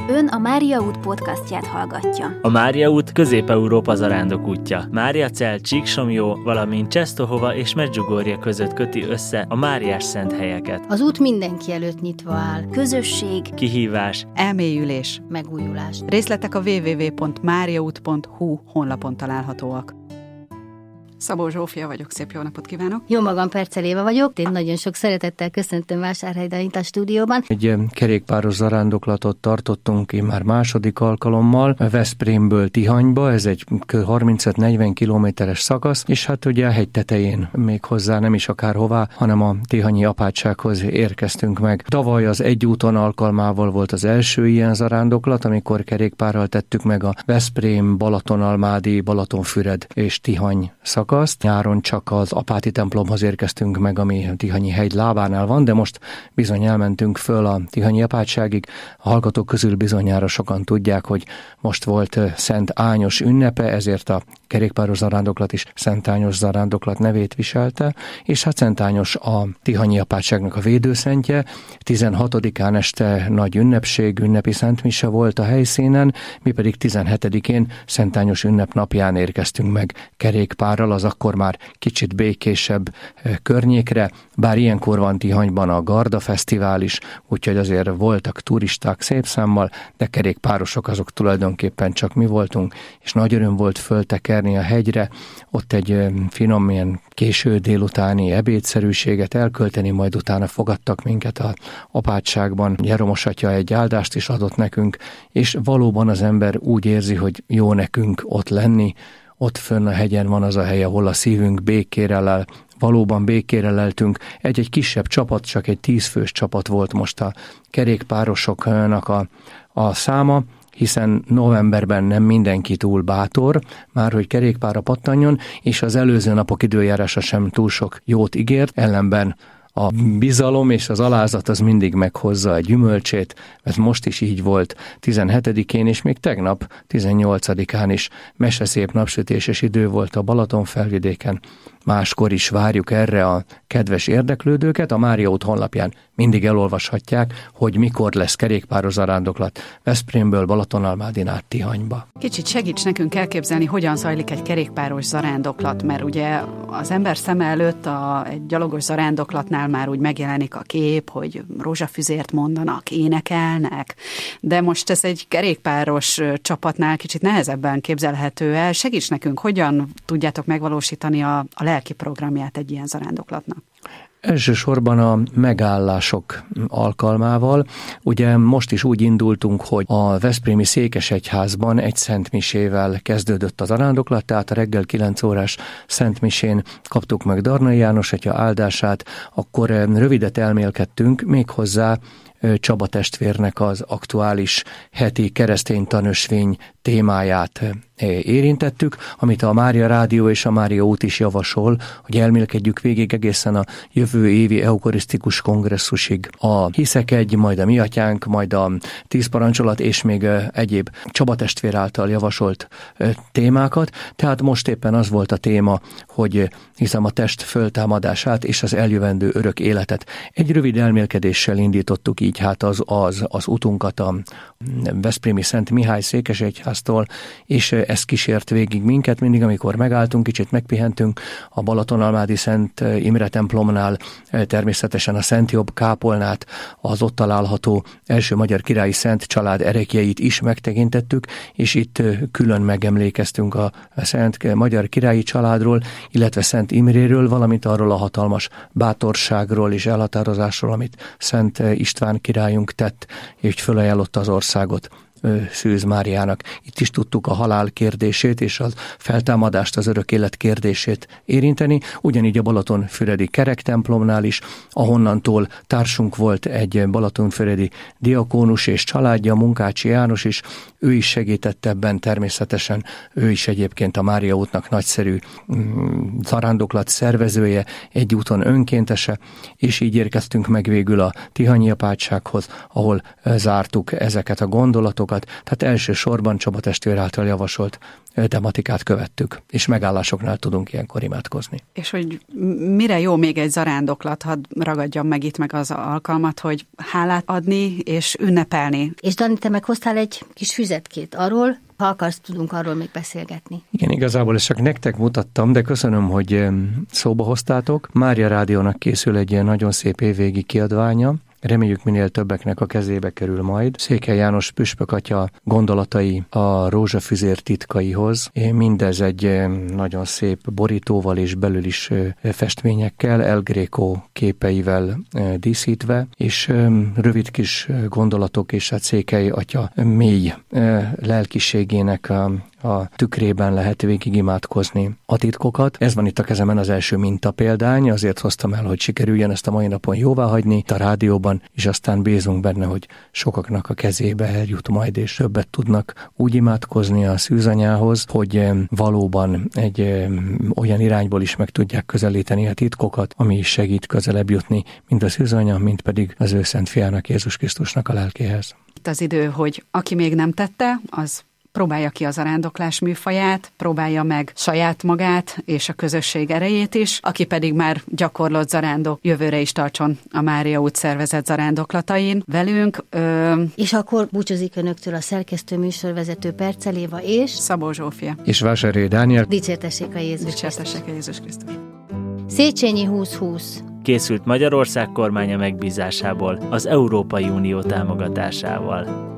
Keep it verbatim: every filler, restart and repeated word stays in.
Ön a Mária út podcastját hallgatja. A Mária út Közép-Európa zarándokútja. Máriacell, Csíksomlyó, valamint Czestohova és Medjugorje között köti össze a máriás szent helyeket. Az út mindenki előtt nyitva áll. Közösség, kihívás, elmélyülés, megújulás. Részletek a double-u double-u double-u pont mariaút pont hu honlapon találhatóak. Szabó Zsófia vagyok, szép jó napot kívánok! Jó magam, Percel Éva vagyok, én nagyon sok szeretettel köszöntöm Vásárhely Danit a stúdióban. Egy kerékpáros zarándoklatot tartottunk én már második alkalommal, Veszprémből Tihanyba, ez egy harmincöt-negyven kilométeres szakasz, és hát ugye a hegy tetején még hozzá nem is akárhová, hanem a tihanyi apátsághoz érkeztünk meg. Tavaly az Egy úton alkalmával volt az első ilyen zarándoklat, amikor kerékpárral tettük meg a Veszprém, Balatonalmádi, Balatonfüred és Tihany szakasz. Nyáron csak az apáti templomhoz érkeztünk meg, ami a Tihanyi hegy lábánál van, de most bizony elmentünk föl a Tihanyi apátságig. A hallgatók közül bizonyára sokan tudják, hogy most volt Szent Ányos ünnepe, ezért a kerékpáros zarándoklat is Szent Ányos zarándoklat nevét viselte, és hát Szent Ányos a Tihanyi apátságnak a védőszentje. tizenhatodikán este nagy ünnepség, ünnepi szentmise volt a helyszínen, mi pedig tizenhetedikén Szent Ányos ünnep napján érkeztünk meg kerékpárral, az akkor már kicsit békésebb környékre, bár ilyenkor van Tihanyban a Garda Fesztivál is, úgyhogy azért voltak turisták szép számmal, de kerékpárosok azok tulajdonképpen csak mi voltunk, és nagy öröm volt föltekerni a hegyre, ott egy finom ilyen késő délutáni ebédszerűséget elkölteni, majd utána fogadtak minket a apátságban. Jeromos atya egy áldást is adott nekünk, és valóban az ember úgy érzi, hogy jó nekünk ott lenni. Ott fönn a hegyen van az a hely, ahol a szívünk békére lel, valóban békére leltünk. Egy-egy kisebb csapat, csak egy tízfős csapat volt most a kerékpárosoknak a, a száma, hiszen novemberben nem mindenki túl bátor, már hogy kerékpárra pattanjon, és az előző napok időjárása sem túl sok jót ígért, ellenben a bizalom és az alázat az mindig meghozza a gyümölcsét, mert most is így volt tizenhetedikén, és még tegnap tizennyolcadikán is meseszép napsütéses idő volt a Balaton felvidéken. Máskor is várjuk erre a kedves érdeklődőket, a Mária út honlapján mindig elolvashatják, hogy mikor lesz kerékpáros zarándoklat Veszprémből Balatonalmádin át Tihanyba. Kicsit segíts nekünk elképzelni, hogyan zajlik egy kerékpáros zarándoklat, mert ugye az ember szeme előtt a, egy gyalogos zarándoklatnál már úgy megjelenik a kép, hogy rózsafüzért mondanak, énekelnek, de most ez egy kerékpáros csapatnál kicsit nehezebben képzelhető el. Segíts nekünk, hogyan tudjátok megvalósítani a, a lelki programját egy ilyen zarándoklatnak? Elsősorban a megállások alkalmával. Ugye most is úgy indultunk, hogy a veszprémi székesegyházban egy szentmisével kezdődött a zarándoklat, tehát a reggel kilenc órás szentmisén kaptuk meg Darnai János atya áldását, akkor rövidet elmélkedtünk, méghozzá Csaba testvérnek az aktuális heti keresztény tanösvény témáját érintettük, amit a Mária Rádió és a Mária út is javasol, hogy elmélkedjük végig egészen a jövő évi eukarisztikus kongresszusig. A Hiszek egy, majd a Mi Atyánk, majd a Tíz parancsolat és még egyéb Csaba testvér által javasolt témákat. Tehát most éppen az volt a téma, hogy hiszem a test föltámadását és az eljövendő örök életet. Egy rövid elmélkedéssel indítottuk így hát az, az, az utunkat a veszprémi Szent Mihály székesegyháztól, és ez kísért végig minket, mindig amikor megálltunk, kicsit megpihentünk a Balatonalmádi Szent Imre templomnál, természetesen a Szent Jobb kápolnát, az ott található első magyar királyi szent család ereklyeit is megtekintettük, és itt külön megemlékeztünk a Szent Magyar Királyi családról, illetve Szent Imréről, valamint arról a hatalmas bátorságról és elhatározásról, amit Szent István királyunk tett, és fölajánlotta az országot Szűz Máriának. Itt is tudtuk a halál kérdését és a feltámadást, az örök élet kérdését érinteni. Ugyanígy a Balatonfüredi kerektemplomnál is, ahonnantól társunk volt egy balatonfüredi diakónus és családja, Munkácsi János is, ő is segített ebben természetesen, ő is egyébként a Mária útnak nagyszerű mm, zarándoklat szervezője, egy úton önkéntese, és így érkeztünk meg végül a Tihanyi apátsághoz, ahol zártuk ezeket a gondolatokat, gondolatokat. Tehát elsősorban Csaba testvér által javasolt tematikát követtük, és megállásoknál tudunk ilyenkor imádkozni. És hogy mire jó még egy zarándoklat, hadd ragadjam meg itt meg az alkalmat, hogy hálát adni és ünnepelni. És Dani, te meghoztál egy kis füzetkét arról, ha akarsz, tudunk arról még beszélgetni. Igen, igazából ezt csak nektek mutattam, de köszönöm, hogy szóba hoztátok. Mária Rádiónak készül egy ilyen nagyon szép évvégi kiadványa. Reméljük, minél többeknek a kezébe kerül majd. Székely János püspök atya gondolatai a rózsafüzér titkaihoz. Mindez egy nagyon szép borítóval és belül is festményekkel, El Greco képeivel díszítve, és rövid kis gondolatok és a Székely atya mély lelkiségének a a tükrében lehet végigimádkozni a titkokat. Ez van itt a kezemen az első mintapéldány, azért hoztam el, hogy sikerüljen ezt a mai napon jóváhagyni itt a rádióban, és aztán bízunk benne, hogy sokaknak a kezébe eljut majd, és többet tudnak úgy imádkozni a szűzanyához, hogy valóban egy olyan irányból is meg tudják közelíteni a titkokat, ami is segít közelebb jutni, mind a szűzanya, mind pedig az ő szent fiának, Jézus Krisztusnak a lelkéhez. Itt az idő, hogy aki még nem tette, az próbálja ki a zarándoklás műfaját, próbálja meg saját magát és a közösség erejét is, aki pedig már gyakorlott zarándok, jövőre is tartson a Mária út szervezett zarándoklatain velünk. Ö... És akkor búcsúzik önöktől a szerkesztő műsorvezető Percel Éva és Szabó Zsófia. És Vásárhelyi Dániel. Dicsértessék a Jézus Dicsértessék a Jézus Krisztus. Széchenyi húsz húsz Készült Magyarország kormánya megbízásából az Európai Unió támogatásával.